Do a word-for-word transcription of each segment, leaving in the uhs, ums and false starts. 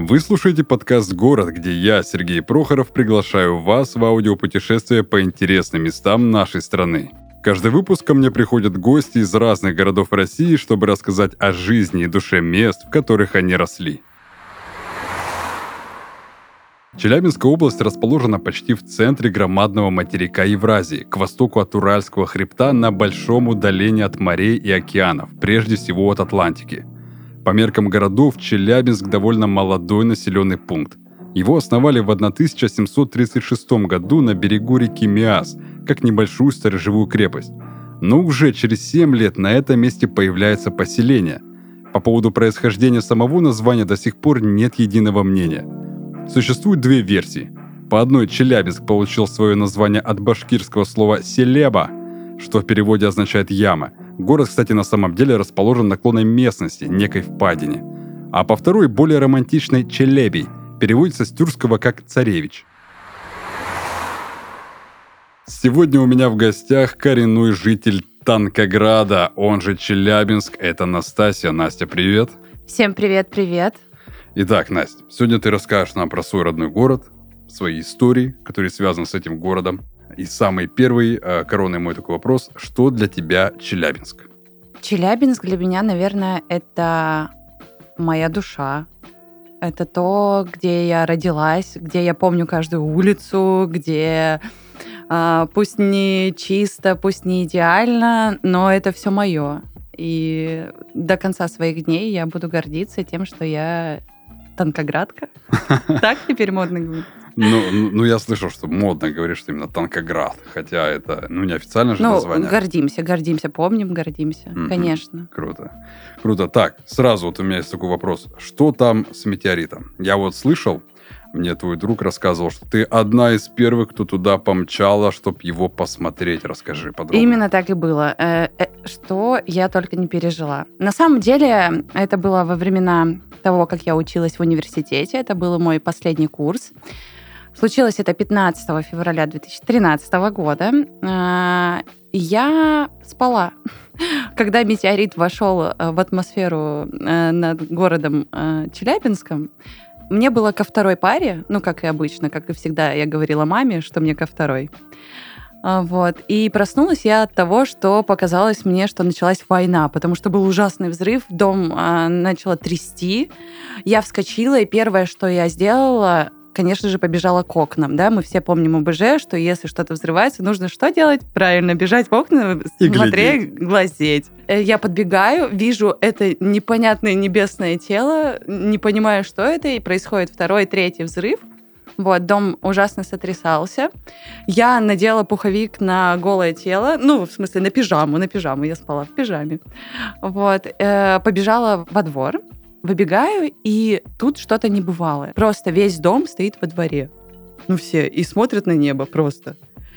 Вы слушаете подкаст «Город», где я, Сергей Прохоров, приглашаю вас в аудиопутешествие по интересным местам нашей страны. Каждый выпуск ко мне приходят гости из разных городов России, чтобы рассказать о жизни и душе мест, в которых они росли. Челябинская область расположена почти в центре громадного материка Евразии, к востоку от Уральского хребта на большом удалении от морей и океанов, прежде всего от Атлантики. По меркам городов, Челябинск довольно молодой населенный пункт. Его основали в тысяча семьсот тридцать шестом году на берегу реки Миас, как небольшую сторожевую крепость. Но уже через семь лет на этом месте появляется поселение. По поводу происхождения самого названия до сих пор нет единого мнения. Существует две версии. По одной, Челябинск получил свое название от башкирского слова «селеба», что в переводе означает «яма». Город, кстати, на самом деле расположен на наклонной местности, некой впадине. А по второй, более романтичной, Челебий, переводится с тюркского как «царевич». Сегодня у меня в гостях коренной житель Танкограда, он же Челябинск. Это Настасья. Настя, привет. Всем привет-привет. Итак, Настя, сегодня ты расскажешь нам про свой родной город, свои истории, которые связаны с этим городом. И самый первый, э, коронный мой такой вопрос. Что для тебя Челябинск? Челябинск для меня, наверное, это моя душа. Это то, где я родилась, где я помню каждую улицу, где э, пусть не чисто, пусть не идеально, но это все мое. И до конца своих дней я буду гордиться тем, что я танкоградка. Так теперь модно говорить. Ну, ну, я слышал, что модно говоришь, что именно Танкоград, хотя это, ну, не официальное же ну, название. Ну, гордимся, гордимся, помним, гордимся, mm-hmm. конечно. Круто. Круто. Так, сразу вот у меня есть такой вопрос. Что там с метеоритом? Я вот слышал, мне твой друг рассказывал, что ты одна из первых, кто туда помчала, чтобы его посмотреть. Расскажи подробно. Именно так и было. Что я только не пережила. На самом деле, это было во времена того, как я училась в университете. Это был мой последний курс. Случилось это пятнадцатого февраля две тысячи тринадцатого года. Я спала. Когда метеорит вошел в атмосферу над городом Челябинском, мне было ко второй паре, ну, как и обычно, как и всегда, я говорила маме, что мне ко второй. Вот. И проснулась я от того, что показалось мне, что началась война, потому что был ужасный взрыв, дом а, начало трясти. Я вскочила, и первое, что я сделала, конечно же, побежала к окнам. Да? Мы все помним ОБЖ, что если что-то взрывается, нужно что делать? Правильно, бежать в окна, и смотреть, глазеть. Я подбегаю, вижу это непонятное небесное тело, не понимаю, что это, и происходит второй, третий взрыв. Вот, дом ужасно сотрясался. Я надела пуховик на голое тело, ну, в смысле, на пижаму, на пижаму, я спала в пижаме. Вот, э, побежала во двор, выбегаю, и тут что-то небывалое. Просто весь дом стоит во дворе. Ну, все, и смотрят на небо просто.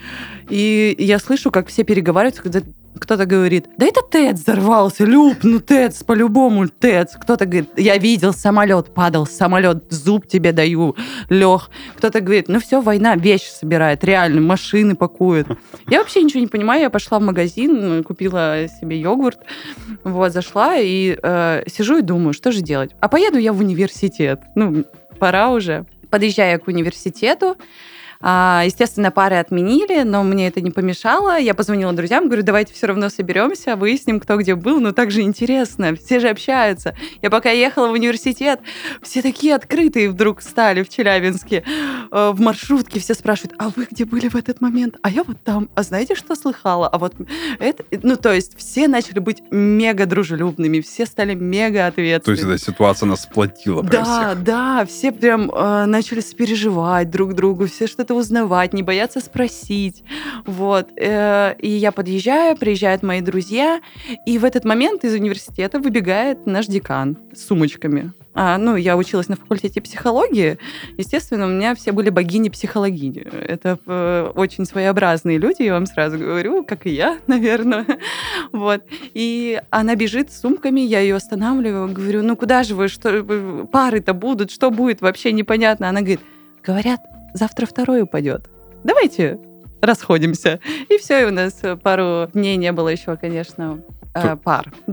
И я слышу, как все переговариваются, когда кто-то говорит, да это ТЭЦ взорвался, Люб, ну ТЭЦ, по-любому ТЭЦ. Кто-то говорит, я видел самолет, падал самолет, зуб тебе даю, Лех. Кто-то говорит, ну все, война, вещи собирает, реально, машины пакует. Я вообще ничего не понимаю, я пошла в магазин, купила себе йогурт, вот, зашла и э, сижу и думаю, что же делать? А поеду я в университет, ну, пора уже. Подъезжаю к университету, естественно, пары отменили, но мне это не помешало. Я позвонила друзьям, говорю, давайте все равно соберемся, выясним, кто где был. Ну, так же интересно, все же общаются. Я пока ехала в университет, все такие открытые вдруг стали в Челябинске. В маршрутке все спрашивают, а вы где были в этот момент? А я вот там. А знаете, что слыхала? А вот это... Ну, то есть все начали быть мега дружелюбными, все стали мега ответственными. То есть эта ситуация нас сплотила прям Да, всех. да, все прям э, начали сопереживать друг другу, все что-то узнавать, не бояться спросить. Вот. И я подъезжаю, приезжают мои друзья, и в этот момент из университета выбегает наш декан с сумочками. А, ну, я училась на факультете психологии. Естественно, у меня все были богини-психологини. Это э, очень своеобразные люди, я вам сразу говорю, как и я, наверное. Вот. И она бежит с сумками, я ее останавливаю, говорю, ну куда же вы, что пары-то будут, что будет, вообще непонятно. Она говорит, говорят, завтра второй упадет. Давайте расходимся. И все, и у нас пару дней не было еще, конечно, э, пар. Да.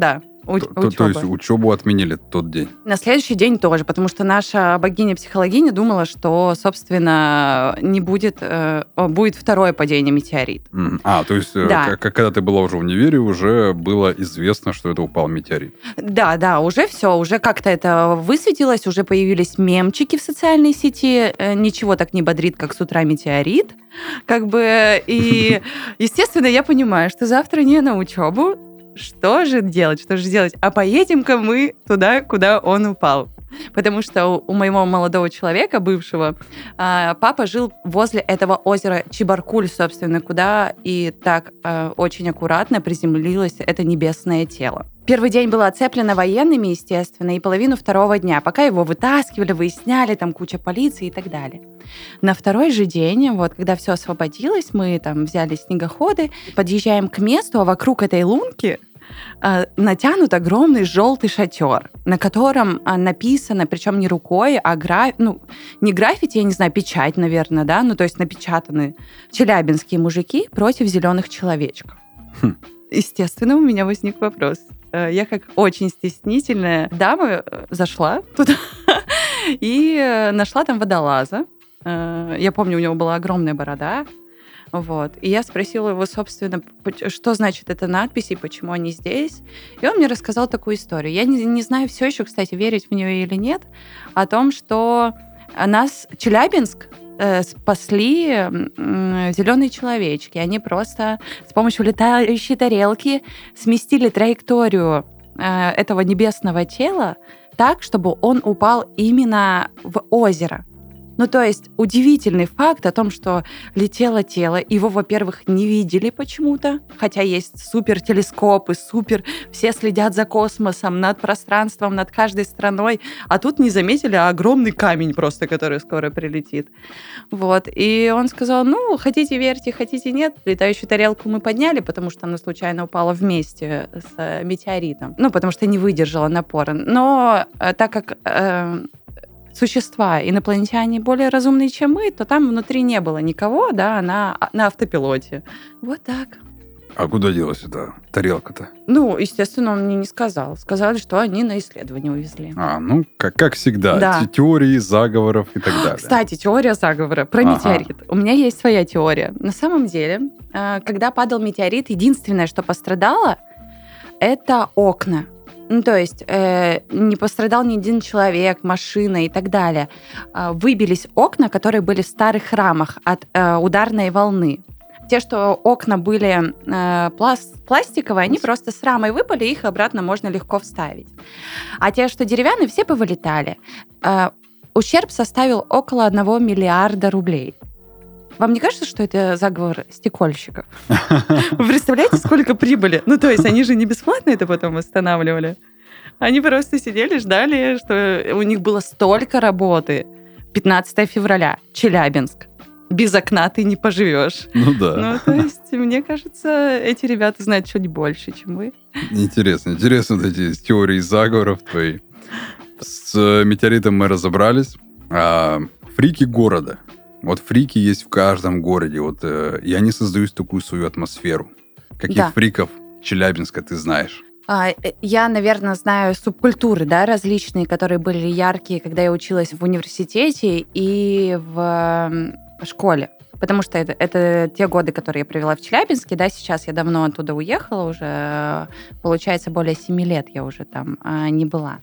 уч- То, то учеба. есть учебу отменили тот день? На следующий день тоже, потому что наша богиня-психологиня думала, что, собственно, не будет, э, будет второе падение метеорита. Мгм. А, то есть, э, Да. к- когда ты была уже в универе, уже было известно, что это упал метеорит. Да, да, уже все, уже как-то это высветилось, уже появились мемчики в социальной сети. Э, Ничего так не бодрит, как с утра метеорит. Как бы, и, естественно, я понимаю, что завтра не на учебу. Что же делать, что же делать? А поедем-ка мы туда, куда он упал. Потому что у у моего молодого человека, бывшего, а, папа жил возле этого озера Чебаркуль, собственно, куда и так а, очень аккуратно приземлилось это небесное тело. Первый день было оцеплено военными, естественно, и половину второго дня, пока его вытаскивали, выясняли, там куча полиции и так далее. На второй же день, вот, когда все освободилось, мы там взяли снегоходы, подъезжаем к месту, а вокруг этой лунки а, натянут огромный желтый шатер, на котором а, написано, причем не рукой, а граф... ну, не граффити, я не знаю, печать, наверное, да, ну, то есть напечатаны челябинские мужики против зеленых человечков. Хм. Естественно, у меня возник вопрос. Э, Я как очень стеснительная дама э, зашла туда и э, нашла там водолаза. Э, Я помню, у него была огромная борода. Вот. И я спросила его, собственно, поч- что значит эта надпись и почему они здесь. И он мне рассказал такую историю. Я не, не знаю все еще, кстати, верить в нее или нет, о том, что нас Челябинск э, спасли м, зеленые человечки. Они просто с помощью летающей тарелки сместили траекторию э, этого небесного тела так, чтобы он упал именно в озеро. Ну, то есть удивительный факт о том, что летело тело. Его, во-первых, не видели почему-то, хотя есть супертелескопы, супер, все следят за космосом, над пространством, над каждой страной, а тут не заметили огромный камень просто, который скоро прилетит. Вот. И он сказал, ну, хотите верьте, хотите нет, летающую тарелку мы подняли, потому что она случайно упала вместе с э, метеоритом. Ну, потому что не выдержала напора. Но э, так как... э, существа, инопланетяне более разумные, чем мы, то там внутри не было никого, да, на, на автопилоте. Вот так. А куда делась эта тарелка-то? Ну, естественно, он мне не сказал. Сказали, что они на исследование увезли. А, ну, как, как всегда, Да. те- теории заговоров и так далее. Кстати, теория заговора про Ага. метеорит. У меня есть своя теория. На самом деле, э, когда падал метеорит, единственное, что пострадало, это окна. Ну, то есть э, не пострадал ни один человек, машина и так далее. Э, выбились окна, которые были в старых рамах от э, ударной волны. Те, что окна были э, плас- пластиковые, они просто с рамой выпали, их обратно можно легко вставить. А те, что деревянные, все повылетали. Э, ущерб составил около одного миллиарда рублей. Вам не кажется, что это заговор стекольщиков? Вы представляете, сколько прибыли? Ну, то есть они же не бесплатно это потом восстанавливали. Они просто сидели, ждали, что у них было столько работы. пятнадцатого февраля, Челябинск. Без окна ты не поживешь. Ну да. Ну, то есть, мне кажется, эти ребята знают чуть больше, чем вы. Интересно, интересно вот эти теории заговоров твои. С э, метеоритом мы разобрались. А, фрики города. Вот фрики есть в каждом городе. Вот, э, и они создают такую свою атмосферу. Каких Да. фриков Челябинска ты знаешь? А, э, Я, наверное, знаю субкультуры, да, различные, которые были яркие, когда я училась в университете и в м, школе. Потому что это, это те годы, которые я провела в Челябинске, да, сейчас я давно оттуда уехала, уже, э, получается, более семи лет я уже там а, не была.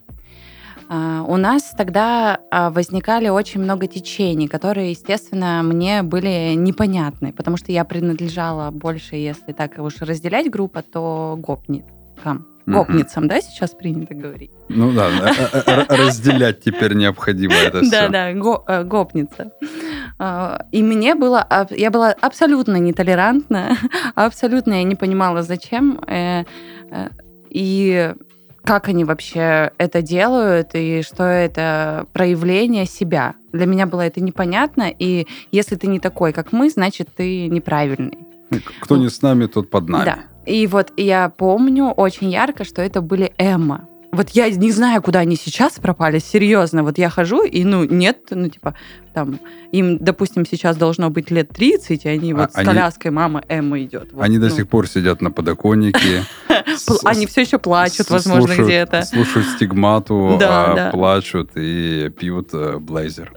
А, У нас тогда а, возникали очень много течений, которые, естественно, мне были непонятны, потому что я принадлежала больше, если так уж разделять группу, то гопникам. Мгм. Гопницам, да, сейчас принято говорить? Ну да, э, э, э, разделять теперь необходимо это все. Да, да, го- э, гопница. А, И мне было, аб- я была абсолютно нетолерантна, абсолютно я не понимала, зачем э, э, и как они вообще это делают, и что это проявление себя. Для меня было это непонятно, и если ты не такой, как мы, значит, ты неправильный. Кто не с нами, тот под нами. Да. И вот я помню очень ярко, что это были эмо. Вот я не знаю, куда они сейчас пропали, серьезно. Вот я хожу, и, ну, нет, ну, типа, там, им, допустим, сейчас должно быть лет тридцать, и они а, вот они, с коляской «Мама Эмма идет». Вот, они ну. до сих пор сидят на подоконнике. Они все еще плачут, возможно, где-то. Слушают стигмату, плачут и пьют блейзер.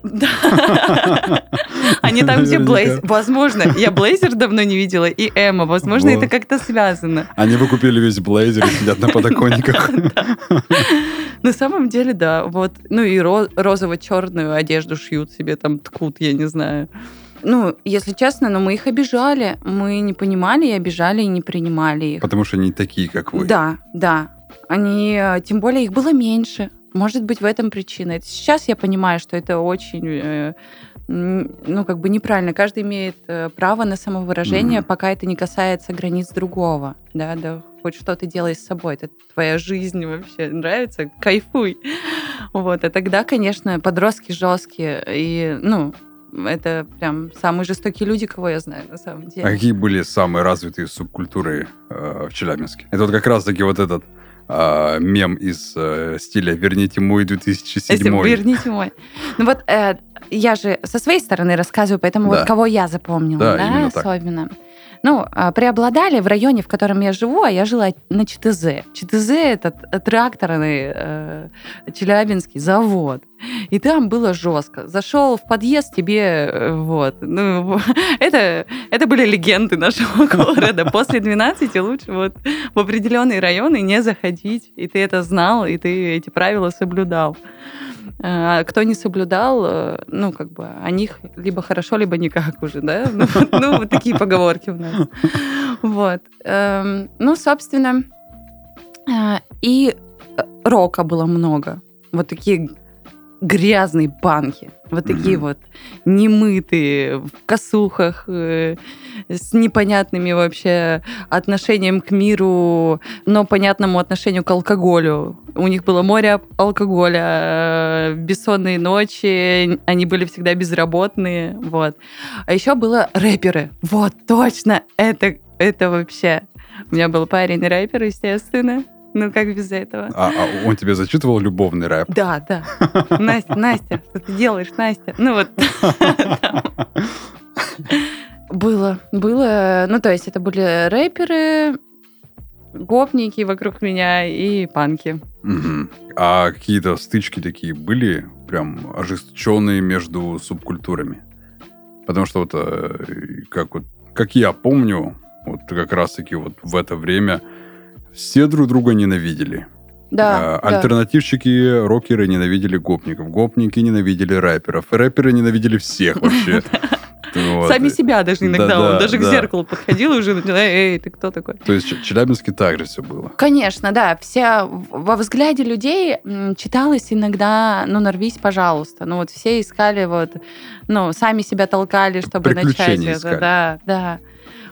Они там, где блейзер. Возможно, я блейзер давно не видела, и Эмма. Возможно, это как-то связано. Они выкупили весь блейзер и сидят на подоконниках. На самом деле, да. Вот. Ну и розово-черную одежду шьют себе, там ткут, я не знаю. Ну, если честно, но мы их обижали. Мы не понимали и обижали, и не принимали их. Потому что они такие, как вы. Да, да. Они, тем более, их было меньше. Может быть, в этом причина. Сейчас я понимаю, что это очень, ну, как бы неправильно. Каждый имеет право на самовыражение, mm-hmm. пока это не касается границ другого. Да, да. Хоть что ты делаешь с собой, это твоя жизнь вообще нравится, кайфуй. Вот, а тогда, конечно, подростки жесткие, и, ну, это прям самые жестокие люди, кого я знаю, на самом деле. А какие были самые развитые субкультуры э, в Челябинске? Это вот как раз-таки вот этот э, мем из э, стиля «Верните мой две тысячи седьмой». «Верните мой». Ну вот э, я же со своей стороны рассказываю, поэтому да. вот кого я запомнила, да, да особенно. Так. Ну, преобладали в районе, в котором я живу, а я жила на ЧТЗ. ЧТЗ – это тракторный э, челябинский завод. И там было жестко. Зашел в подъезд, тебе вот. Ну, это, это были легенды нашего города. После двенадцати лучше вот в определенные районы не заходить. И ты это знал, и ты эти правила соблюдал. А кто не соблюдал, ну, как бы, о них либо хорошо, либо никак уже, да? Ну, ну вот такие поговорки у нас. Вот. Ну, собственно, и рока было много. Вот такие грязные банки. Вот такие mm-hmm. вот немытые, в косухах, э, с непонятными вообще отношением к миру, но понятному отношению к алкоголю. У них было море алкоголя, э, бессонные ночи, они были всегда безработные. Вот. А еще было рэперы. Вот, точно, это, это вообще... У меня был парень рэпер, естественно. Ну, как без этого? А, а он тебе зачитывал любовный рэп? Да, да. Настя, Настя, что ты делаешь, Настя? Ну, вот. Было, было. Ну, то есть это были рэперы, гопники вокруг меня и панки. А какие-то стычки такие были, прям ожесточенные между субкультурами? Потому что вот, как, вот, как я помню, вот как раз-таки вот в это время все друг друга ненавидели. Да, а, альтернативщики, рокеры ненавидели гопников. Гопники ненавидели рэперов. Рэперы ненавидели всех вообще. Сами себя даже иногда. Он даже к зеркалу подходил и уже начинал: эй, ты кто такой? То есть в Челябинске так же все было? Конечно, да. Все во взгляде людей читалось иногда: ну, нарвись, пожалуйста. Ну, вот все искали вот, ну, сами себя толкали, чтобы начать это. Да, да.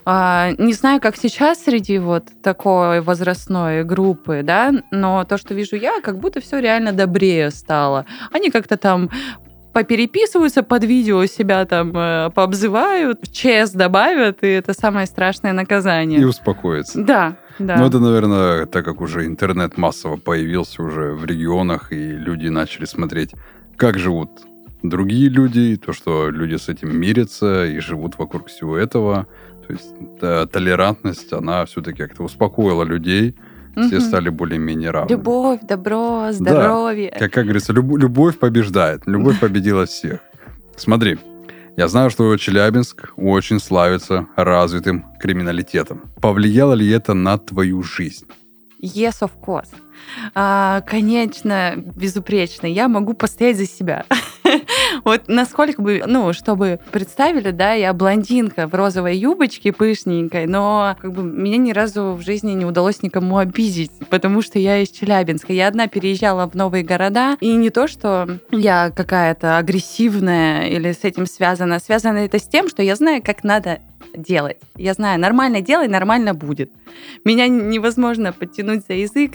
Не знаю, как сейчас среди вот такой возрастной группы, да, но то, что вижу я, как будто все реально добрее стало. Они как-то там попереписываются под видео, себя там пообзывают, в ЧС добавят, и это самое страшное наказание. И успокоятся. Да, да. Ну, это, наверное, так как уже интернет массово появился уже в регионах, и люди начали смотреть, как живут другие люди, то, что люди с этим мирятся и живут вокруг всего этого. То есть да, толерантность, она все-таки как-то успокоила людей, угу. Все стали более-менее равны. Любовь, добро, здоровье. Да, как, как говорится, люб- любовь побеждает, любовь победила всех. Смотри, я знаю, что Челябинск очень славится развитым криминалитетом. Повлияло ли это на твою жизнь? Yes, of course. А, конечно, безупречно. Я могу постоять за себя. Вот насколько бы, ну, чтобы представили, да, я блондинка в розовой юбочке пышненькой, но как бы меня ни разу в жизни не удалось никому обидеть, потому что я из Челябинска. Я одна переезжала в новые города, и не то, что я какая-то агрессивная или с этим связана. Связано это с тем, что я знаю, как надо делать. Я знаю, нормально делай, нормально будет. Меня невозможно подтянуть за язык,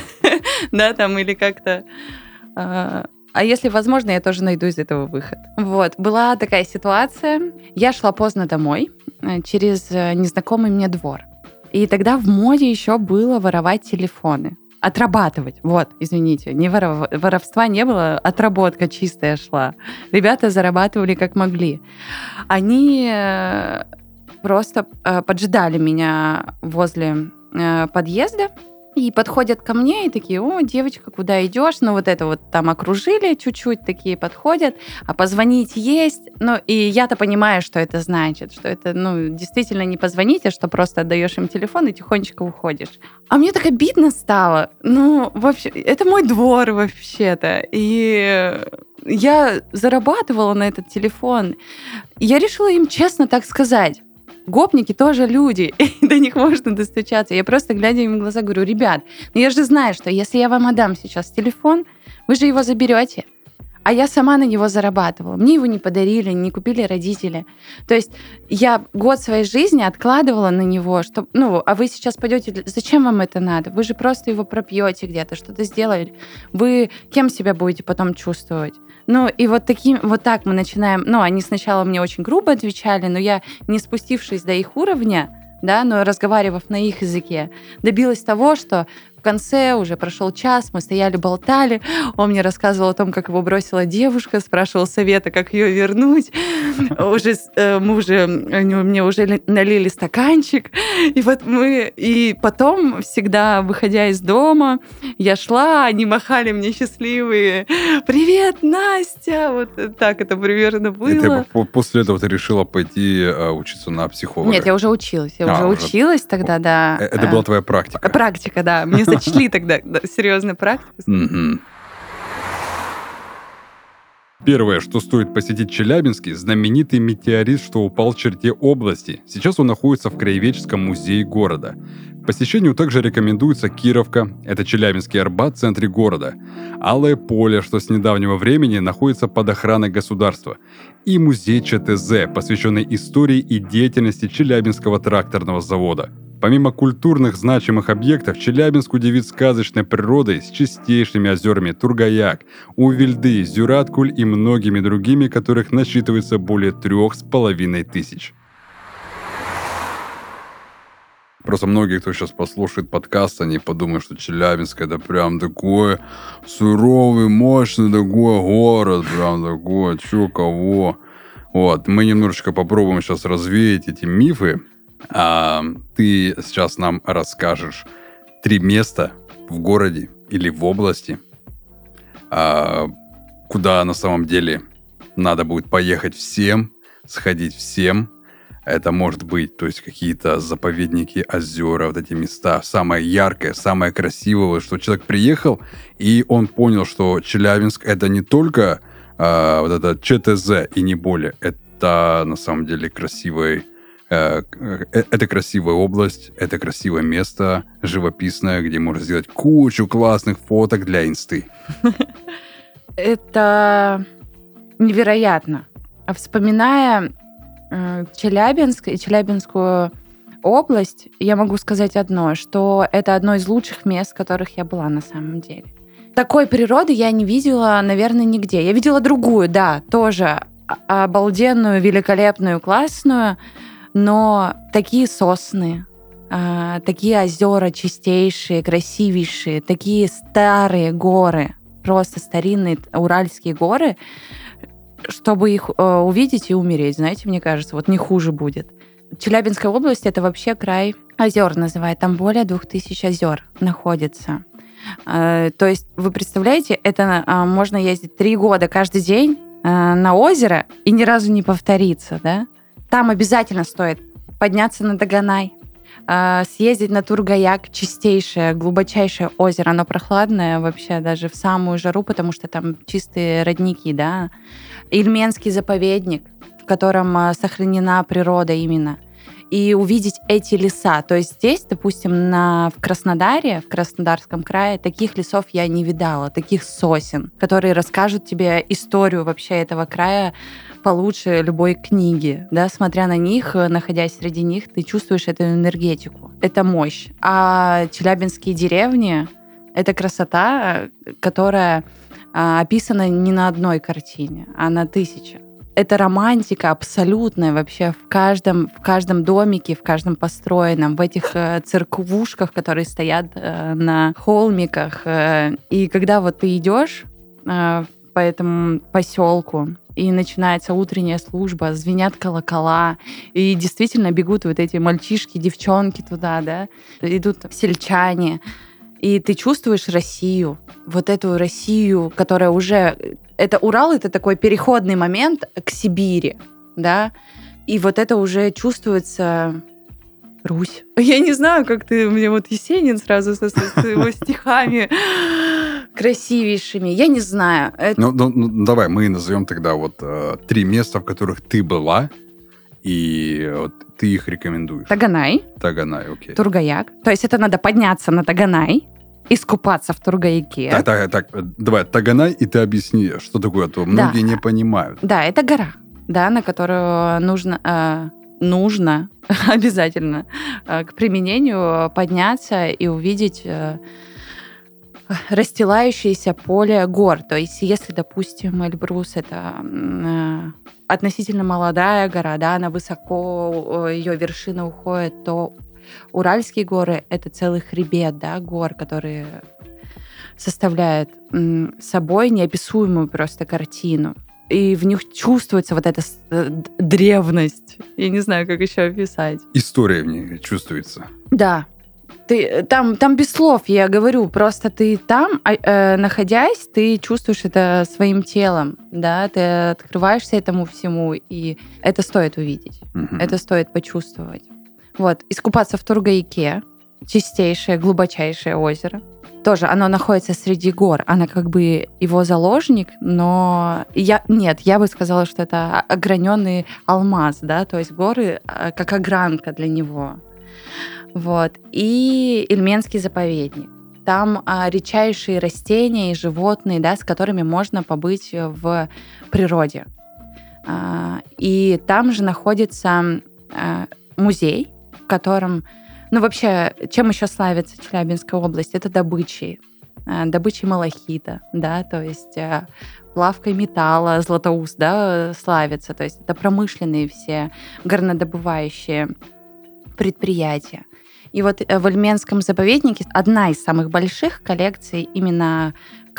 да, там, или как-то... А если возможно, я тоже найду из этого выход. Вот, была такая ситуация. Я шла поздно домой через незнакомый мне двор. И тогда в моде еще было воровать телефоны. отрабатывать. Вот, извините, не воров... воровства не было, отработка чистая шла. Ребята зарабатывали как могли. Они просто поджидали меня возле подъезда и подходят ко мне и такие: о, девочка, куда идешь? Ну, вот это вот там окружили чуть-чуть, такие подходят, а позвонить есть. Ну, и я-то понимаю, что это значит, что это, ну, действительно не позвонить, а что просто отдаешь им телефон и тихонечко уходишь. А мне так обидно стало. Ну, вообще, это мой двор вообще-то. И я зарабатывала на этот телефон. Я решила им честно так сказать: гопники тоже люди, и до них можно достучаться. Я просто, глядя им в глаза, говорю: ребят, ну я же знаю, что если я вам отдам сейчас телефон, вы же его заберете. А я сама на него зарабатывала. Мне его не подарили, не купили родители. То есть я год своей жизни откладывала на него, чтобы, ну, а вы сейчас пойдете, зачем вам это надо? Вы же просто его пропьете где-то, что-то сделали. Вы кем себя будете потом чувствовать? Ну, и вот, таким, вот так мы начинаем. Ну, они сначала мне очень грубо отвечали, но я, не спустившись до их уровня, да, но разговаривав на их языке, добилась того, что в конце уже прошел час, мы стояли, болтали, он мне рассказывал о том, как его бросила девушка, спрашивал совета, как ее вернуть. Уже, мы уже, мне уже налили стаканчик, и вот мы, и потом, всегда выходя из дома, я шла, они махали мне счастливые: «Привет, Настя!» Вот так это примерно было. И ты после этого ты решила пойти а, учиться на психолога? Нет, я уже училась, я а, уже, уже училась тогда, да. Это была твоя практика? Практика, да. Мне сочли тогда да, серьезно практику. Mm-hmm. Первое, что стоит посетить Челябинске, знаменитый метеорит, что упал в черте области. Сейчас он находится в Краеведческом музее города. К посещению также рекомендуется Кировка, это Челябинский Арбат в центре города, Алое поле, что с недавнего времени находится под охраной государства, и музей ЧТЗ, посвященный истории и деятельности Челябинского тракторного завода. Помимо культурных значимых объектов, Челябинск удивит сказочной природой с чистейшими озерами Тургаяк, Увильды, Зюраткуль и многими другими, которых насчитывается более трех с половиной тысяч. Просто многие, кто сейчас послушает подкаст, они подумают, что Челябинск — это прям такой суровый, мощный такой город, прям такой, чё, кого. Вот, мы немножечко попробуем сейчас развеять эти мифы. А ты сейчас нам расскажешь три места в городе или в области, а, куда на самом деле надо будет поехать всем, сходить всем. Это может быть, то есть какие-то заповедники, озера, вот эти места. Самое яркое, самое красивое, что человек приехал, и он понял, что Челябинск — это не только а, вот это ЧТЗ и не более. Это на самом деле красивый Это красивая область, это красивое место, живописное, где можно сделать кучу классных фоток для инсты. Это невероятно. Вспоминая Челябинск и Челябинскую область, я могу сказать одно, что это одно из лучших мест, в которых я была на самом деле. Такой природы я не видела, наверное, нигде. Я видела другую, да, тоже обалденную, великолепную, классную, но такие сосны, э, такие озера чистейшие, красивейшие, такие старые горы, просто старинные уральские горы, чтобы их э, увидеть и умереть, знаете, мне кажется, вот не хуже будет. Челябинская область — это вообще край озер называют, там более двух тысяч озер находится. Э, то есть, вы представляете, это э, можно ездить три года каждый день э, на озеро и ни разу не повториться, да? Там обязательно стоит подняться на Таганай, съездить на Тургаяк, чистейшее, глубочайшее озеро. Оно прохладное вообще даже в самую жару, потому что там чистые родники, да. Ильменский заповедник, в котором сохранена природа именно. И увидеть эти леса. То есть здесь, допустим, на, в Краснодаре, в Краснодарском крае, таких лесов я не видала, таких сосен, которые расскажут тебе историю вообще этого края получше любой книги, да, смотря на них, находясь среди них, ты чувствуешь эту энергетику, это мощь. А челябинские деревни — это красота, которая а, описана не на одной картине, а на тысяче. это романтика абсолютная вообще в каждом, в каждом домике, в каждом построенном, в этих э, церквушках, которые стоят э, на холмиках. Э, и когда вот ты идешь э, по этому поселку, и начинается утренняя служба, звенят колокола, и действительно бегут вот эти мальчишки, девчонки туда, да, идут сельчане, и ты чувствуешь Россию, вот эту Россию, которая уже... Это Урал, это такой переходный момент к Сибири, да, и вот это уже чувствуется Русь. Я не знаю, как ты... Мне вот Есенин сразу со, со его стихами красивейшими. Я не знаю. Это... Ну, ну, ну, давай, мы назовем тогда вот э, три места, в которых ты была, и вот ты их рекомендуешь. Таганай. Таганай, окей. Тургаяк. То есть это надо подняться на Таганай, искупаться в Тургаяке. Так, так, так, давай, Таганай, и ты объясни, что такое, а то многие да. не понимают. Да, это гора, да, на которую нужно, э, нужно обязательно э, к применению подняться и увидеть э, расстилающееся поле гор. То есть если, допустим, Эльбрус — это э, относительно молодая гора, да, она высоко, ее вершина уходит, то Уральские горы — это целый хребет, да, гор, которые составляют м, собой неописуемую просто картину. И в них чувствуется вот эта древность. Я не знаю, как еще описать. История в ней чувствуется. Да. Ты, там, там без слов, я говорю, просто ты там, э, находясь, ты чувствуешь это своим телом, да, ты открываешься этому всему, и это стоит увидеть, Угу. это стоит почувствовать. Вот, искупаться в Тургаяке, чистейшее, глубочайшее озеро. Тоже оно находится среди гор, она как бы его заложник, но я, нет, я бы сказала, что это ограненный алмаз, да, то есть горы как огранка для него. Вот. И Ильменский заповедник. Там а, редчайшие растения и животные, да, с которыми можно побыть в природе. А, и там же находится а, музей, в котором... Ну, вообще, чем еще славится Челябинская область? Это добычей. А, добычей малахита, да, то есть а, плавкой металла, Златоуст, да, славится. То есть это промышленные все горнодобывающие предприятия. И вот в Ильменском заповеднике одна из самых больших коллекций именно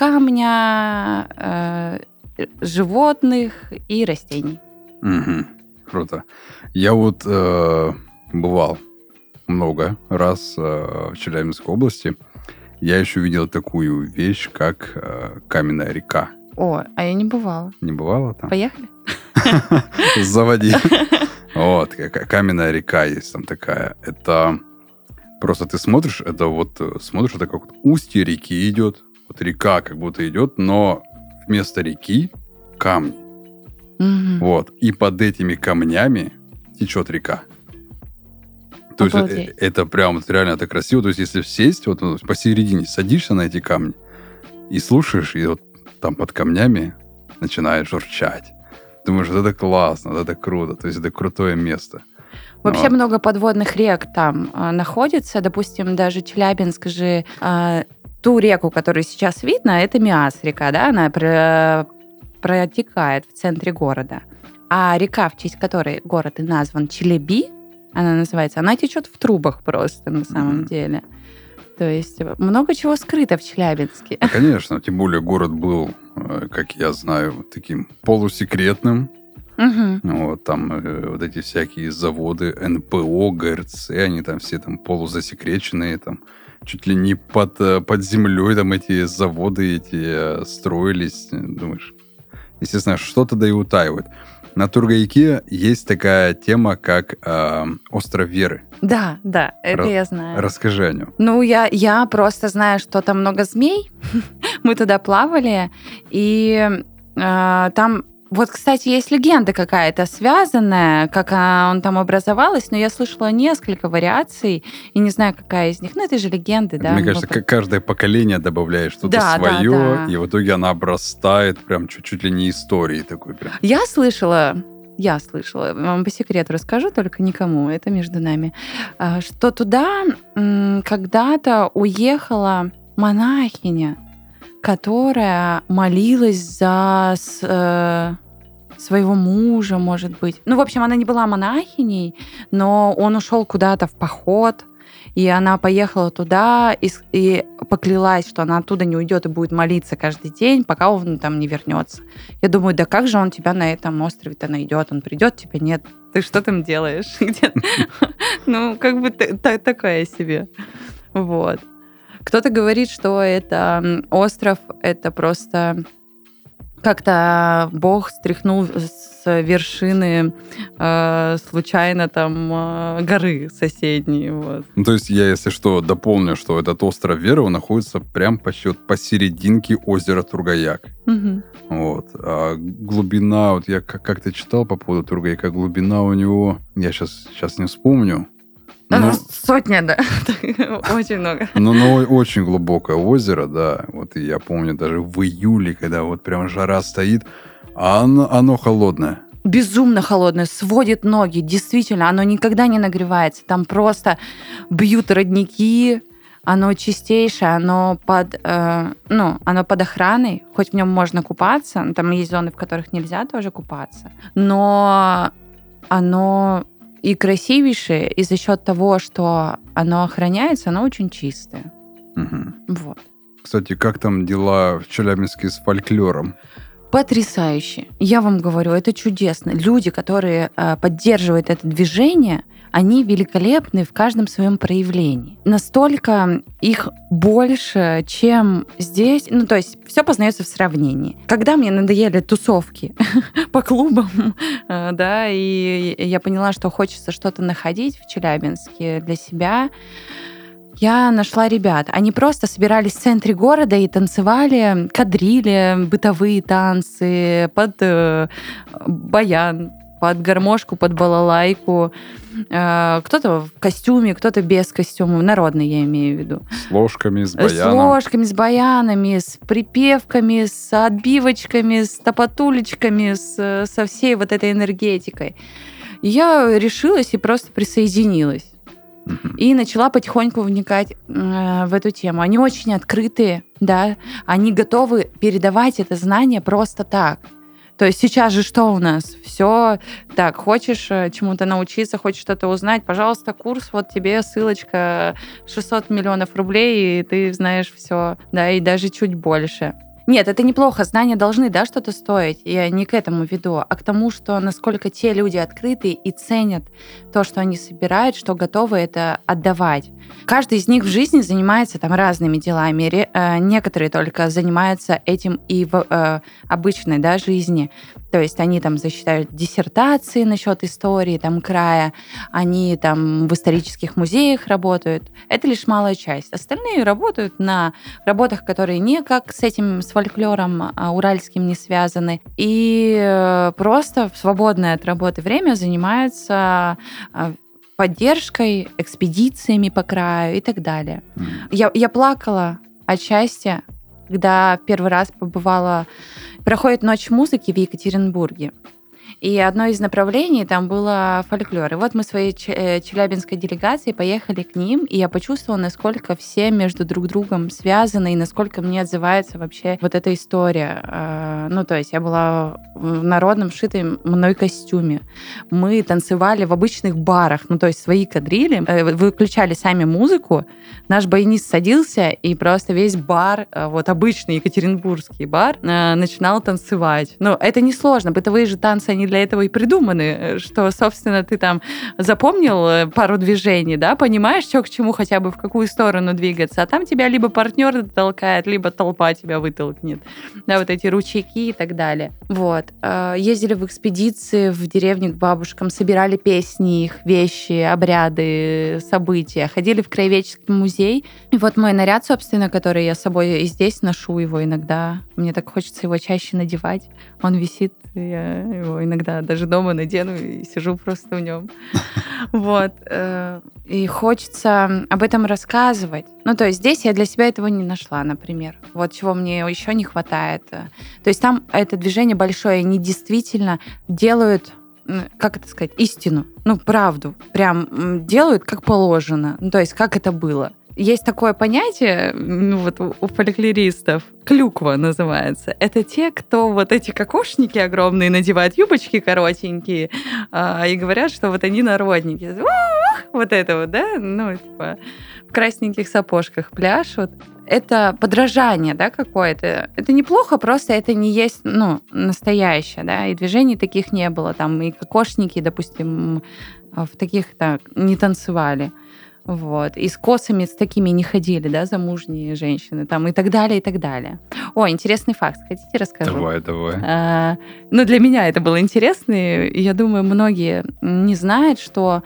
камня, э, животных и растений. Угу. Круто. Я вот э, бывал много раз э, в Челябинской области. Я еще видел такую вещь, как э, каменная река. О, а я не бывала. Не бывала там? Поехали? Заводи. Вот, каменная река есть там такая. Это просто ты смотришь, это вот смотришь, это как устье реки идет. Вот река как будто идет, но вместо реки камни. Угу. Вот. И под этими камнями течет река. То Обалдеть. есть это прям вот реально это красиво. То есть если сесть вот посередине, садишься на эти камни и слушаешь, и вот там под камнями начинает журчать. Думаешь, вот это классно, вот это круто. То есть это крутое место. Вообще вот. Много подводных рек там э, находится. Допустим, даже Челябинск же... Э, ту реку, которую сейчас видно, это Миас-река, да? Она про- протекает в центре города. А река, в честь которой город и назван Челеби, она называется, она течет в трубах просто на самом mm-hmm. деле. То есть много чего скрыто в Челябинске. Конечно, тем более город был, как я знаю, таким полусекретным. Угу. Вот там э, вот эти всякие заводы эн пэ о, гэ эр цэ, они там все там полузасекреченные, там чуть ли не под, под землей там эти заводы эти строились. Думаешь, естественно, что-то да и утаивают. На Тургаяке есть такая тема, как э, остров Веры. Да, да, это Ра- я знаю. Расскажи о нем. Ну, я, я просто знаю, что там много змей. Мы туда плавали, и э, там... Вот, кстати, есть легенда какая-то связанная, как он там образовалась, но я слышала несколько вариаций, и не знаю, какая из них. Ну, это же легенды, да? Мне кажется, как каждое поколение добавляет что-то да, свое, да, да. и в итоге она обрастает прям чуть-чуть ли не историей такой прям. Я слышала, я слышала, вам по секрету расскажу, только никому, это между нами, что туда когда-то уехала монахиня, которая молилась за, своего мужа, может быть. Ну, в общем, она не была монахиней, но он ушел куда-то в поход, и она поехала туда и, и поклялась, что она оттуда не уйдет и будет молиться каждый день, пока он там не вернется. Я думаю, да как же он тебя на этом острове-то найдет? Он придет, тебя нет. Ты что там делаешь? Ну, как бы такое себе. Вот. Кто-то говорит, что это остров, это просто как-то Бог стряхнул с вершины э, случайно там э, горы соседней. Вот. Ну, то есть я, если что, дополню, что этот остров Верова находится прям почти посерединке озера Тургаяк. Угу. Вот. А глубина, вот я как-то читал по поводу Тургаяка, глубина у него, я сейчас, сейчас не вспомню, Но... Сотня, да. Очень много. Ну, но очень глубокое озеро, да. Вот я помню даже в июле, когда вот прям жара стоит, а оно, оно холодное. Безумно холодное, сводит ноги. Действительно, оно никогда не нагревается. Там просто бьют родники, оно чистейшее, оно под, э, ну, оно под охраной, хоть в нем можно купаться, там есть зоны, в которых нельзя тоже купаться, но оно... и красивейшее, и за счет того, что оно охраняется, оно очень чистое. Угу. Вот. Кстати, как там дела в Челябинске с фольклором? Потрясающе. Я вам говорю, это чудесно. Люди, которые э, поддерживают это движение, они великолепны в каждом своем проявлении. Настолько их больше, чем здесь. Ну, то есть все познается в сравнении. Когда мне надоели тусовки по клубам, да, и я поняла, что хочется что-то находить в Челябинске для себя, я нашла ребят. Они просто собирались в центре города и танцевали, кадрили бытовые танцы под э, баян, под гармошку, под балалайку. Э, кто-то в костюме, кто-то без костюма. Народный, я имею в виду. С ложками, с баяном. С ложками, с баянами, с припевками, с отбивочками, с топотулечками, с, со всей вот этой энергетикой. Я решилась и просто присоединилась. И начала потихоньку вникать э, в эту тему. Они очень открытые, да, они готовы передавать это знание просто так. То есть сейчас же что у нас? Все так, хочешь чему-то научиться, хочешь что-то узнать, пожалуйста, курс, вот тебе ссылочка, шестьсот миллионов рублей, и ты знаешь все, да, и даже чуть больше. Нет, это неплохо, знания должны, да, что-то стоить. Я не к этому веду, а к тому, что насколько те люди открыты и ценят то, что они собирают, что готовы это отдавать. Каждый из них в жизни занимается там разными делами. Некоторые только занимаются этим и в э, обычной, да, жизни. То есть они там защищают диссертации насчет истории там края, они там в исторических музеях работают. Это лишь малая часть. Остальные работают на работах, которые никак с этим, с фольклором а, уральским не связаны. И просто в свободное от работы время занимаются а, поддержкой, экспедициями по краю и так далее. Mm. Я, я плакала от счастья, когда первый раз побывала... Проходит ночь музыки в Екатеринбурге. И одно из направлений там было фольклор. И вот мы своей челябинской делегацией поехали к ним, и я почувствовала, насколько все между друг другом связаны, и насколько мне отзывается вообще вот эта история. Ну, то есть я была в народном шитом мной костюме. Мы танцевали в обычных барах, ну, то есть свои кадрили, выключали сами музыку, наш баянист садился, и просто весь бар, вот обычный екатеринбургский бар, начинал танцевать. Ну, это несложно, бытовые же танцы, они для этого и придуманы, что, собственно, ты там запомнил пару движений, да, понимаешь, что к чему, хотя бы в какую сторону двигаться, а там тебя либо партнер толкает, либо толпа тебя вытолкнет, да, вот эти ручейки и так далее. Вот. Ездили в экспедиции в деревню к бабушкам, собирали песни их, вещи, обряды, события, ходили в краеведческий музей. И вот мой наряд, собственно, который я с собой и здесь ношу его иногда, мне так хочется его чаще надевать, он висит, я его иногда даже дома надену и сижу просто в нем. Вот. И хочется об этом рассказывать. Ну, то есть здесь я для себя этого не нашла, например. Вот чего мне еще не хватает. То есть там это движение большое, они действительно делают, как это сказать, истину, ну, правду. Прям делают как положено. Ну, то есть как это было. есть такое понятие, ну, вот у, у фольклористов, клюква называется. Это те, кто вот эти кокошники огромные надевают, юбочки коротенькие, а, и говорят, что вот они народники. Ух, вот это вот, да? Ну, типа, в красненьких сапожках пляшут. Это подражание, да, какое-то. Это неплохо, просто это не есть, ну, настоящее, да, и движений таких не было. Там и кокошники, допустим, в таких так не танцевали. Вот. И с косами с такими не ходили, да, замужние женщины, там, и так далее, и так далее. О, интересный факт. Хотите, расскажу? Давай, давай. А, ну, для меня это было интересно, и я думаю, многие не знают, что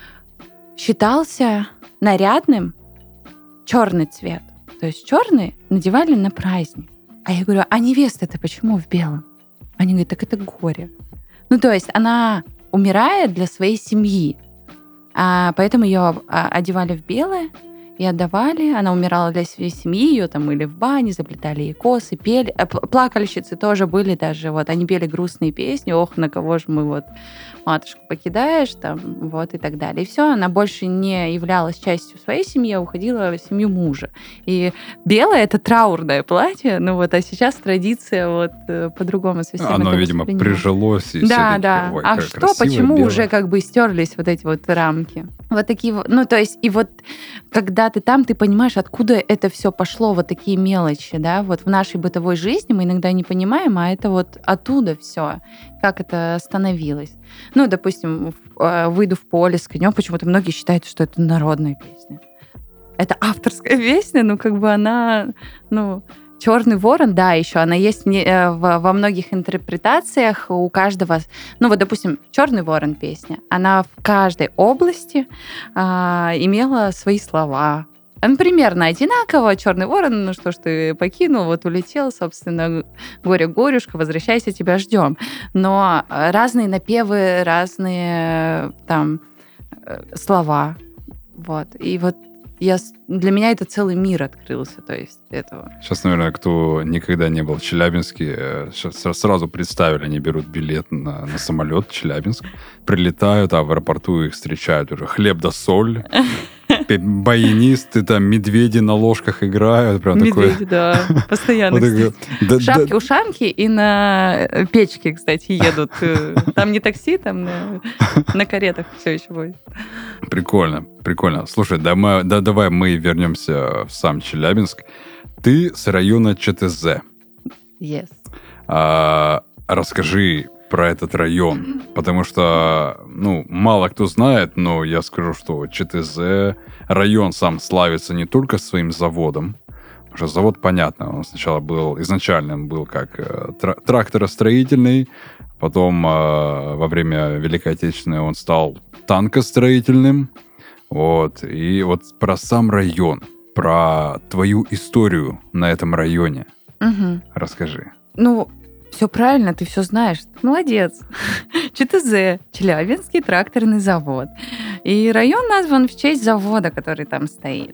считался нарядным черный цвет. То есть черный надевали на праздник. А я говорю, а невеста-то почему в белом? Они говорят, так это горе. Ну, то есть она умирает для своей семьи. А, поэтому ее одевали в белое и отдавали. Она умирала для своей семьи, ее там мыли в бане, заплетали ей косы, пели. Плакальщицы тоже были даже, вот, они пели грустные песни, ох, на кого же мы вот матушку покидаешь, там, вот, и так далее. И все, она больше не являлась частью своей семьи, а уходила в семью мужа. И белое — это траурное платье, ну вот, а сейчас традиция вот по-другому совсем. Оно, видимо, прижилось. И да, да. Ой, а что, почему белое. Уже как бы стерлись вот эти вот рамки? Вот такие вот, ну, то есть, и вот, когда ты там, ты понимаешь, откуда это все пошло, вот такие мелочи, да, вот в нашей бытовой жизни мы иногда не понимаем, а это вот оттуда все, как это становилось. Ну, допустим, выйду в поле с конем, почему-то многие считают, что это народная песня. Это авторская песня, ну, как бы она, ну, «Черный ворон», да, еще она есть во многих интерпретациях у каждого. Ну, вот, допустим, «Черный ворон» песня, она в каждой области а, имела свои слова. Он примерно одинаково. «Черный ворон», ну что ж ты покинул, вот улетел, собственно, горе-горюшка, возвращайся, тебя ждем. Но разные напевы, разные там слова. Вот. И вот я, для меня это целый мир открылся, то есть этого. Сейчас, наверное, кто никогда не был в Челябинске, сразу представили, они берут билет на, на самолет в Челябинск, прилетают, а в аэропорту их встречают уже хлеб да соль, баянисты, там медведи на ложках играют. Прям медведи, такое... да, постоянно. Да, шапки-ушанки и на печке, кстати, едут. Там не такси, там на, на каретах все еще будет. Прикольно, прикольно. Слушай, да мы, да, давай мы вернемся в сам Челябинск. Ты с района ЧТЗ. Yes. А, расскажи про этот район, потому что, ну, мало кто знает, но я скажу, что ЧТЗ район сам славится не только своим заводом, потому что завод, понятно, он сначала был, изначально был как тра- тракторостроительный, потом э, во время Великой Отечественной он стал танкостроительным, вот, и вот про сам район, про твою историю на этом районе Угу. расскажи. Ну, все правильно, ты все знаешь. Молодец. ЧТЗ, Челябинский тракторный завод. И район назван в честь завода, который там стоит.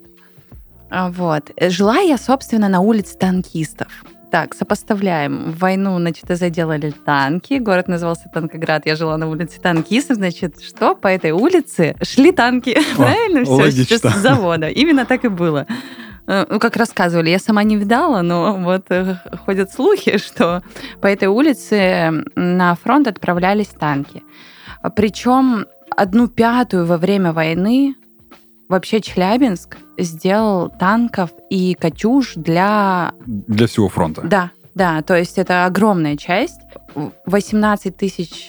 Вот. Жила я, собственно, на улице танкистов. Так, сопоставляем. В войну на ЧТЗ делали танки, город назывался Танкоград, я жила на улице танкистов, значит, что? По этой улице шли танки. О, правильно? Все, сейчас с завода. Именно так и было. Ну, как рассказывали, я сама не видала, но вот ходят слухи, что по этой улице на фронт отправлялись танки. Причем одну пятую во время войны вообще Челябинск сделал танков и «Катюш» для... Для всего фронта. Да, да, то есть это огромная часть. восемнадцать тысяч,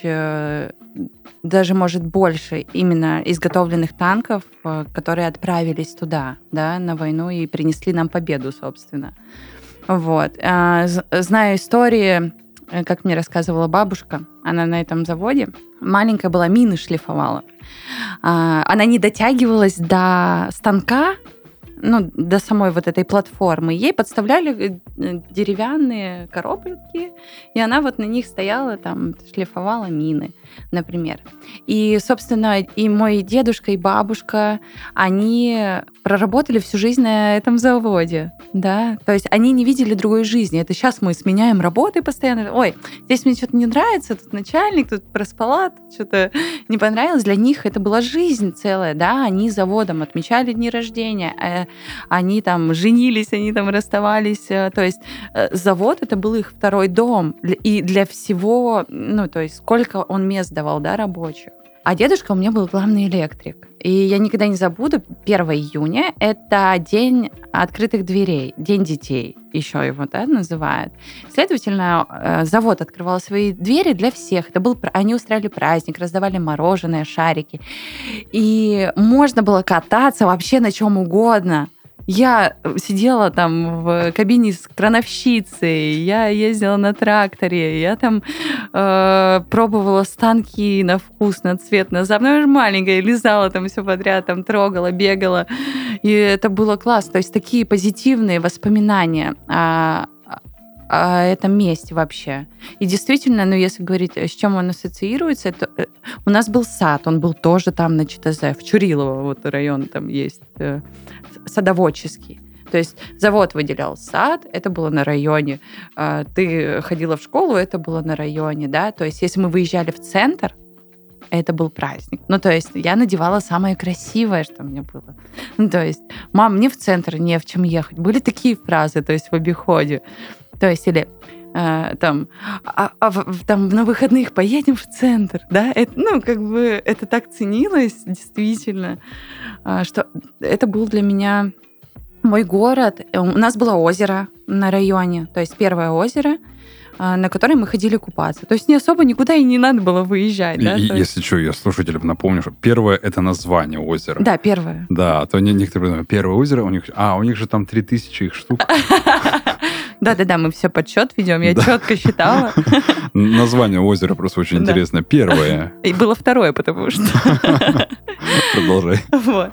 даже, может, больше именно изготовленных танков, которые отправились туда, да, на войну и принесли нам победу, собственно. Вот. Знаю истории, как мне рассказывала бабушка, она на этом заводе маленькая была, мины шлифовала. Она не дотягивалась до станка, ну, до самой вот этой платформы. Ей подставляли деревянные коробки, и она вот на них стояла, там, шлифовала мины, например. И, собственно, и мой дедушка, и бабушка, они проработали всю жизнь на этом заводе. Да, то есть они не видели другой жизни. Это сейчас мы сменяем работы постоянно. Ой, здесь мне что-то не нравится, тут начальник, тут проспала, тут что-то не понравилось. Для них это была жизнь целая, да, они заводом отмечали дни рождения, они там женились, они там расставались. То есть завод — это был их второй дом. И для всего, ну, то есть сколько он мест давал, да, рабочих. А дедушка у меня был главный электрик. И я никогда не забуду, первого июня — это день открытых дверей, день детей, еще его, да, называют. Следовательно, завод открывал свои двери для всех. Это был, они устраивали праздник, раздавали мороженое, шарики. И можно было кататься вообще на чем угодно. Я сидела там в кабине с крановщицей, я ездила на тракторе, я там э, пробовала станки на вкус, на цвет, на запах. Ну, я же маленькая, лизала там все подряд, там трогала, бегала. И это было классно. То есть такие позитивные воспоминания о, о этом месте вообще. И действительно, ну, если говорить, с чем он ассоциируется, это у нас был сад, он был тоже там на ЧТЗ, в Чурилово, вот район там есть, садоводческий. То есть завод выделял сад, это было на районе. Ты ходила в школу, это было на районе, да. То есть если мы выезжали в центр, это был праздник. Ну, то есть я надевала самое красивое, что у меня было. Ну, то есть, мам, мне в центр не в чем ехать. Были такие фразы, то есть в обиходе. То есть или э, там, а, а, там на выходных поедем в центр, да. Это, ну, как бы это так ценилось, действительно, что это был для меня мой город. У нас было озеро на районе, то есть первое озеро, на которое мы ходили купаться. То есть не особо никуда и не надо было выезжать. И, да? и, есть... Если что, я слушателям напомню, что первое — это название озера. Да, первое. Да, а то некоторые думают, первое озеро, у них, а, у них же там три тысячи их штук. Да-да-да, мы все подсчет ведем, я четко считала. Название озера просто очень интересно. Первое. И было второе, потому что... Продолжай. Вот.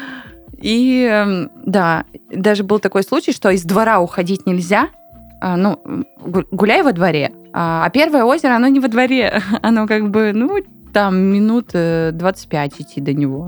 И да, даже был такой случай, что из двора уходить нельзя, ну, гуляй во дворе. А первое озеро, оно не во дворе, оно как бы, ну, там минут двадцать пять идти до него.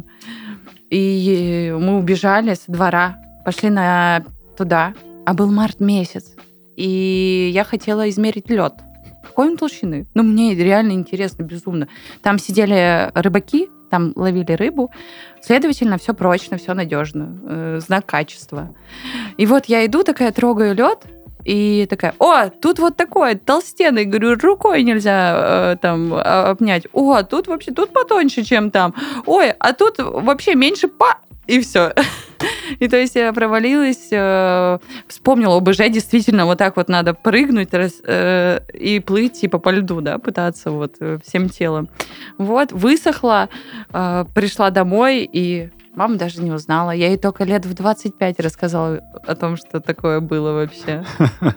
И мы убежали с двора, пошли на туда, а был март месяц, и я хотела измерить лед. Какой он толщины? Ну, мне реально интересно, безумно. Там сидели рыбаки, там ловили рыбу. Следовательно, все прочно, все надежно. Э, знак качества. И вот я иду, такая трогаю лед, и такая, о, тут вот такой толстенный, говорю, рукой нельзя э, там обнять. О, тут вообще, тут потоньше, чем там. Ой, а тут вообще меньше па... И все. И то есть я провалилась, э, вспомнила ОБЖ, действительно, вот так вот надо прыгнуть раз, э, и плыть типа по льду, да, пытаться вот всем телом. Вот, высохла, э, пришла домой, и мама даже не узнала. Я ей только лет в двадцать пять рассказала о том, что такое было вообще.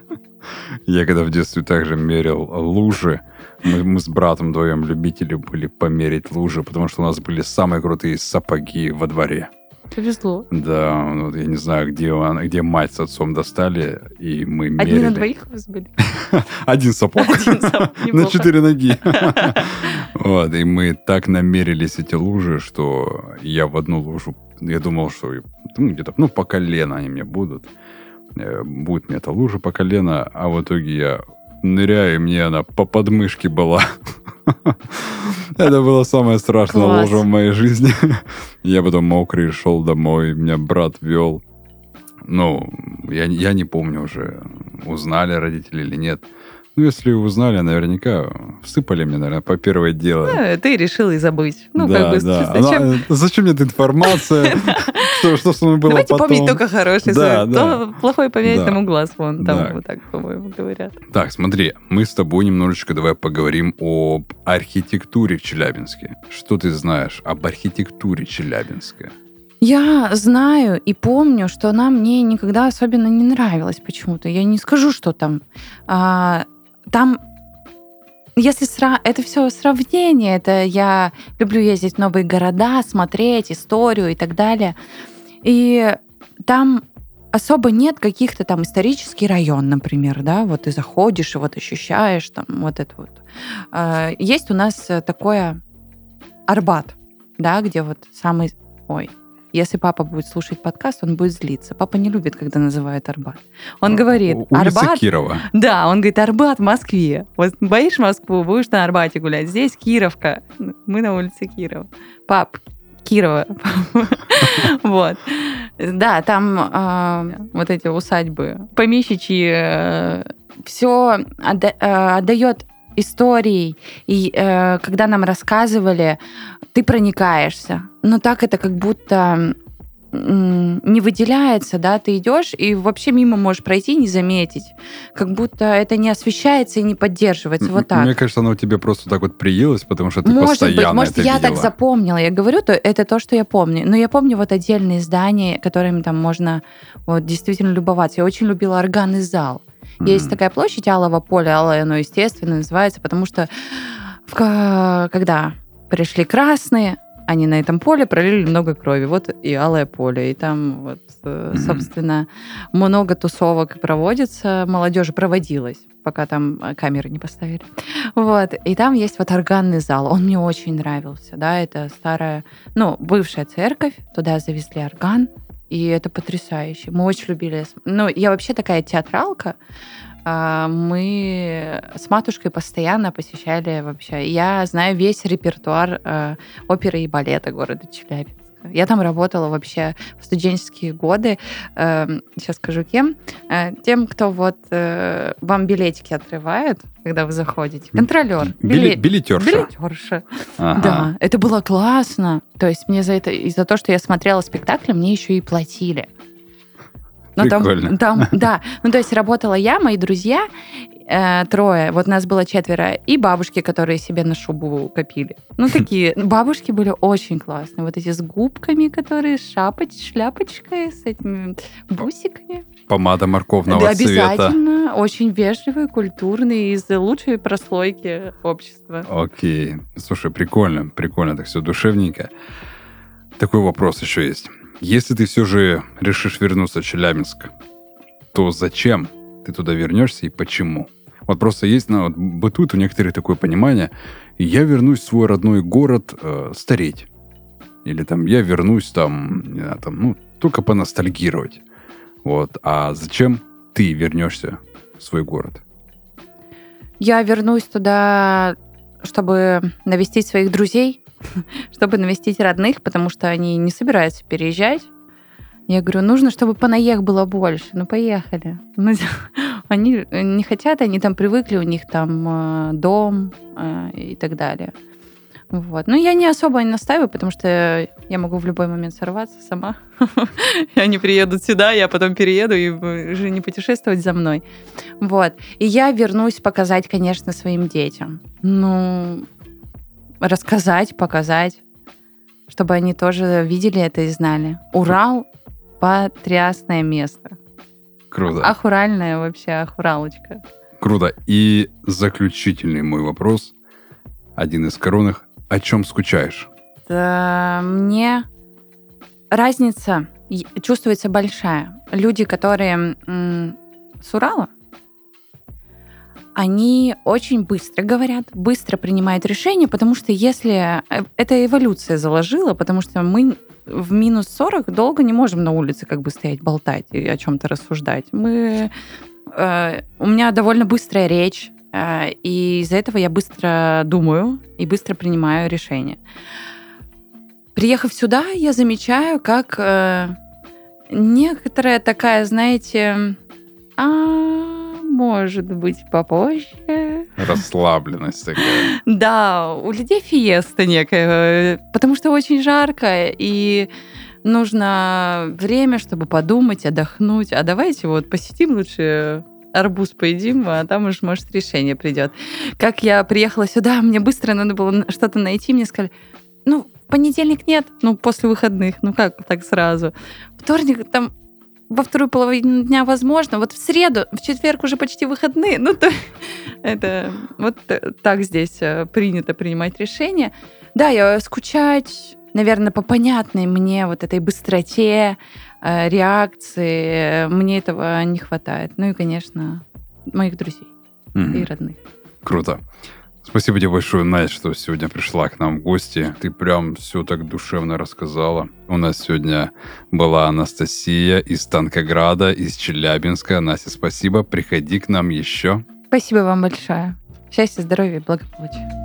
Я когда в детстве также мерил лужи, мы, мы с братом вдвоем любители были померить лужи, потому что у нас были самые крутые сапоги во дворе. Повезло. Да, вот я не знаю, где, он, где мать с отцом достали, и мы мерили. Одни на двоих у вас были? Один сапог. На четыре ноги. Вот, и мы так намерились эти лужи, что я в одну лужу, я думал, что ну, где-то, ну, по колено они мне будут. Будет мне эта лужа по колено, а в итоге я ныряю, и мне она по подмышке была. Это было самое страшное лужа в моей жизни. Я потом мокрый шел домой, меня брат вел. Ну, я, я не помню уже, узнали родители или нет. Ну, если узнали, наверняка всыпали мне, наверное, по первое дело. Ну, ты решил и забыть. Ну, да, как бы, да. зачем... Она, зачем мне эта информация? Что, что со мной было Давайте потом? помнить только хорошее. Да, да. То плохое поменять Да. тому глаз. Вон, там Да. вот так, по-моему, говорят. Так, смотри, мы с тобой немножечко давай поговорим об архитектуре в Челябинске. Что ты знаешь об архитектуре Челябинска? Я знаю и помню, что она мне никогда особенно не нравилась почему-то. Я не скажу, что там. А, там, если сра... это все сравнение, это я люблю ездить в новые города, смотреть историю и так далее. И там особо нет каких-то там исторический район, например, да, вот ты заходишь и вот ощущаешь там вот это вот. А, есть у нас такое Арбат, да, где вот самый... Ой, Если папа будет слушать подкаст, он будет злиться. Папа не любит, когда называют Арбат. Он говорит, Улица Арбат... Кирова. Да, он говорит, Арбат в Москве. Вот боишь Москву, будешь на Арбате гулять. Здесь Кировка. Мы на улице Кирова. Пап, Кирова. Вот. Да, там вот эти усадьбы, помещичьи, все отдает историей. И когда нам рассказывали, ты проникаешься. Но так это как будто не выделяется, да, ты идешь и вообще мимо можешь пройти, не заметить. Как будто это не освещается и не поддерживается. Вот так. Мне кажется, оно тебе просто так вот приелось, потому что ты может постоянно быть, может, это я видела. так запомнила. Я говорю, то это то, что я помню. Но я помню вот отдельные здания, которыми там можно вот, действительно любоваться. Я очень любила органный зал. Mm-hmm. Есть такая площадь Алого поля, Алое, оно, естественно, называется, потому что в, когда пришли красные, они на этом поле пролили много крови. Вот и Алое поле. И там, вот, mm-hmm. собственно, много тусовок проводится. Молодежи проводилось, пока там камеры не поставили. Вот. И там есть вот органный зал. Он мне очень нравился. Да? Это старая, ну, бывшая церковь. Туда завезли орган. И это потрясающе. Мы очень любили... Ну, я вообще такая театралка. Мы с матушкой постоянно посещали вообще. Я знаю весь репертуар э, оперы и балета города Челябинска. Я там работала вообще в студенческие годы. Э, сейчас скажу кем. Э, тем, кто вот э, вам билетики отрывает, когда вы заходите. Контролер. Били, билетерша. Билетерша. Ага. Да, это было классно. То есть мне за это, и за то, что я смотрела спектакль, мне еще и платили. Но Прикольно. Там, там, да, ну то есть работала я, мои друзья, э, трое, вот нас было четверо, и бабушки, которые себе на шубу копили. Ну такие, бабушки были очень классные, вот эти с губками, которые с шапоч, шляпочкой, с этими бусиками. Помада морковного да, цвета. Обязательно, очень вежливые, культурные, из лучшей прослойки общества. Окей, слушай, прикольно, прикольно, так все душевненько. Такой вопрос еще есть. Если ты все же решишь вернуться в Челябинск, то зачем ты туда вернешься и почему? Вот просто есть, ну, вот, бытует у некоторых такое понимание, я вернусь в свой родной город э, стареть. Или там я вернусь там, не знаю, там, ну, только поностальгировать. Вот. А зачем ты вернешься в свой город? Я вернусь туда, чтобы навестить своих друзей, чтобы навестить родных, потому что они не собираются переезжать. Я говорю, нужно, чтобы понаех было больше. Ну, поехали. Ну, они не хотят, они там привыкли, у них там дом и так далее. Вот. Но я не особо не настаиваю, потому что я могу в любой момент сорваться сама. И они приедут сюда, я потом перееду и уже не путешествовать за мной. Вот. И я вернусь показать, конечно, своим детям. Ну... рассказать, показать, чтобы они тоже видели это и знали. Урал – потрясное место. Круто. Ахуральная вообще, ахуралочка. Круто. И заключительный мой вопрос, один из коронных. О чем скучаешь? Да, мне разница чувствуется большая. Люди, которые м- с Урала, они очень быстро говорят, быстро принимают решения, потому что если... Это эволюция заложила, потому что мы в минус сорок долго не можем на улице как бы стоять, болтать и о чем-то рассуждать. Мы... Э, у меня довольно быстрая речь, э, и из-за этого я быстро думаю и быстро принимаю решения. Приехав сюда, я замечаю, как э, некоторая такая, знаете... А- может быть, попозже. Расслабленность такая. Да, у людей фиеста некая, потому что очень жарко, и нужно время, чтобы подумать, отдохнуть. А давайте вот посидим лучше, арбуз поедим, а там уж, может, решение придет. Как я приехала сюда, мне быстро надо было что-то найти, мне сказали, ну, в понедельник нет, ну, после выходных, ну, как так сразу. Вторник там... Во вторую половину дня возможно. Вот в среду, в четверг уже почти выходные. Ну, то это вот так здесь принято принимать решения. Да, я скучать, наверное, по понятной мне вот этой быстроте, реакции. Мне этого не хватает. Ну и, конечно, моих друзей mm-hmm. и родных. Круто. Спасибо тебе большое, Настя, что сегодня пришла к нам в гости. Ты прям все так душевно рассказала. У нас сегодня была Анастасия из Танкограда, из Челябинска. Настя, спасибо. Приходи к нам еще. Спасибо вам большое. Счастья, здоровья и благополучия.